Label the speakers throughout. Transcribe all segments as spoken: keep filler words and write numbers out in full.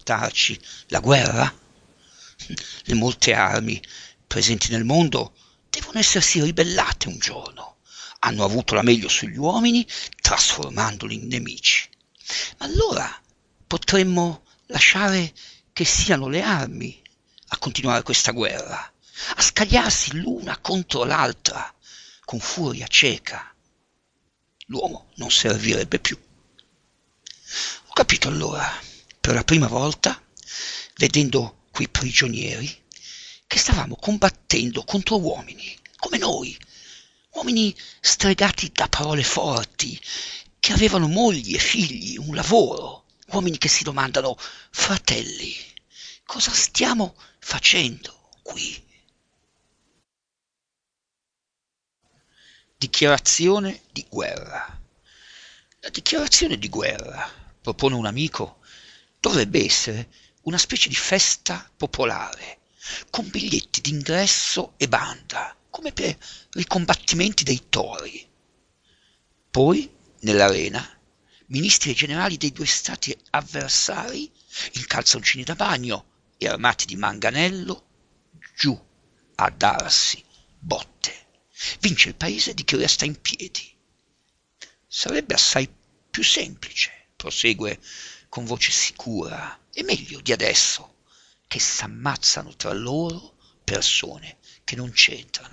Speaker 1: portarci la guerra? Le molte armi presenti nel mondo devono essersi ribellate un giorno. Hanno avuto la meglio sugli uomini, trasformandoli in nemici. Ma allora potremmo lasciare che siano le armi a continuare questa guerra, a scagliarsi l'una contro l'altra con furia cieca. L'uomo non servirebbe più. Ho capito allora, per la prima volta, vedendo quei prigionieri, che stavamo combattendo contro uomini, come noi, uomini stregati da parole forti, che avevano mogli e figli, un lavoro, uomini che si domandano: fratelli, cosa stiamo facendo qui? Dichiarazione di guerra. La dichiarazione di guerra, propone un amico, dovrebbe essere una specie di festa popolare, con biglietti d'ingresso e banda, come per i combattimenti dei tori. Poi, nell'arena, ministri e generali dei due stati avversari, in calzoncini da bagno e armati di manganello, giù a darsi botte. Vince il paese di chi resta in piedi. Sarebbe assai più semplice, prosegue con voce sicura, e meglio di adesso, che s'ammazzano tra loro persone che non c'entrano.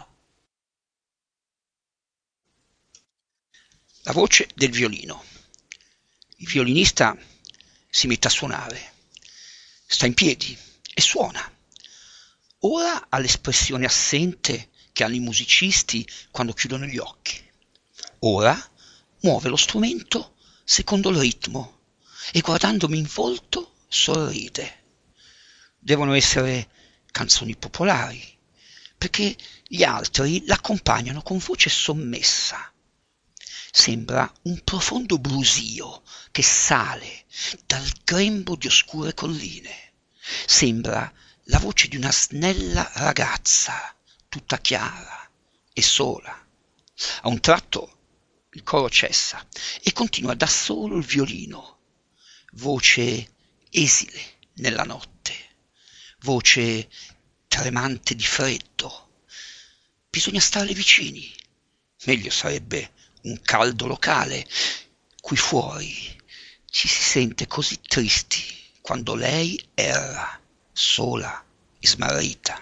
Speaker 1: La voce del violino. Il violinista si mette a suonare, sta in piedi e suona. Ora ha l'espressione assente che hanno i musicisti quando chiudono gli occhi. Ora muove lo strumento secondo il ritmo e guardandomi in volto sorride. Devono essere canzoni popolari, perché gli altri l'accompagnano con voce sommessa. Sembra un profondo brusio che sale dal grembo di oscure colline. Sembra la voce di una snella ragazza, tutta chiara e sola. A un tratto il coro cessa e continua da solo il violino, voce esile nella notte, voce tremante di freddo. Bisogna starle vicini. Meglio sarebbe un caldo locale. Qui fuori ci si sente così tristi quando lei erra, sola e smarrita.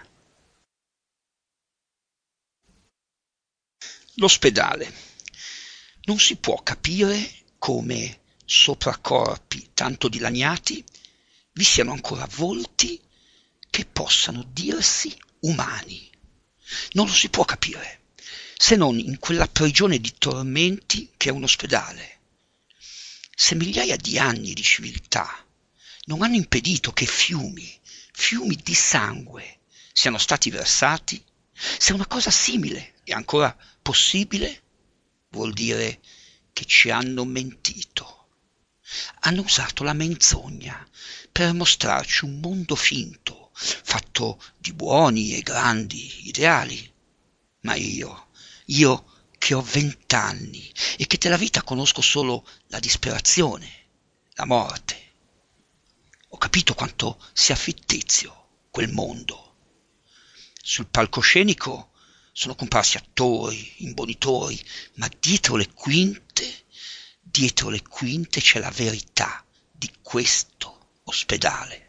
Speaker 1: L'ospedale. Non si può capire come sopra corpi tanto dilaniati vi siano ancora volti che possano dirsi umani. Non lo si può capire, se non in quella prigione di tormenti che è un ospedale. Se migliaia di anni di civiltà non hanno impedito che fiumi, fiumi di sangue siano stati versati, se una cosa simile è ancora possibile, vuol dire che ci hanno mentito. Hanno usato la menzogna per mostrarci un mondo finto, fatto di buoni e grandi ideali. Ma io, io che ho vent'anni e che della vita conosco solo la disperazione, la morte, ho capito quanto sia fittizio quel mondo. Sul palcoscenico sono comparsi attori, imbonitori, ma dietro le quinte, dietro le quinte c'è la verità di questo ospedale.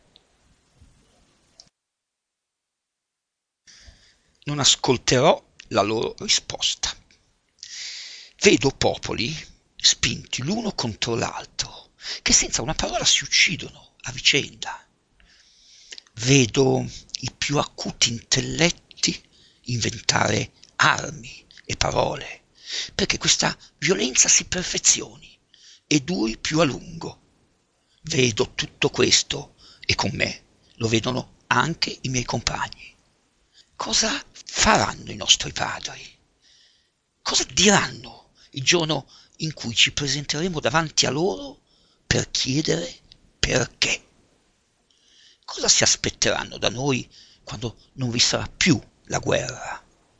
Speaker 1: Non ascolterò la loro risposta. Vedo popoli spinti l'uno contro l'altro, che senza una parola si uccidono a vicenda. Vedo i più acuti intelletti inventare armi e parole, perché questa violenza si perfezioni e duri più a lungo. Vedo tutto questo e con me lo vedono anche i miei compagni. Cosa faranno i nostri padri? Cosa diranno il giorno in cui ci presenteremo davanti a loro per chiedere perché? Cosa si aspetteranno da noi quando non vi sarà più la guerra?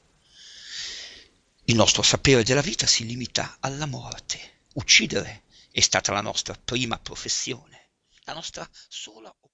Speaker 1: Il nostro sapere della vita si limita alla morte. Uccidere è stata la nostra prima professione, la nostra sola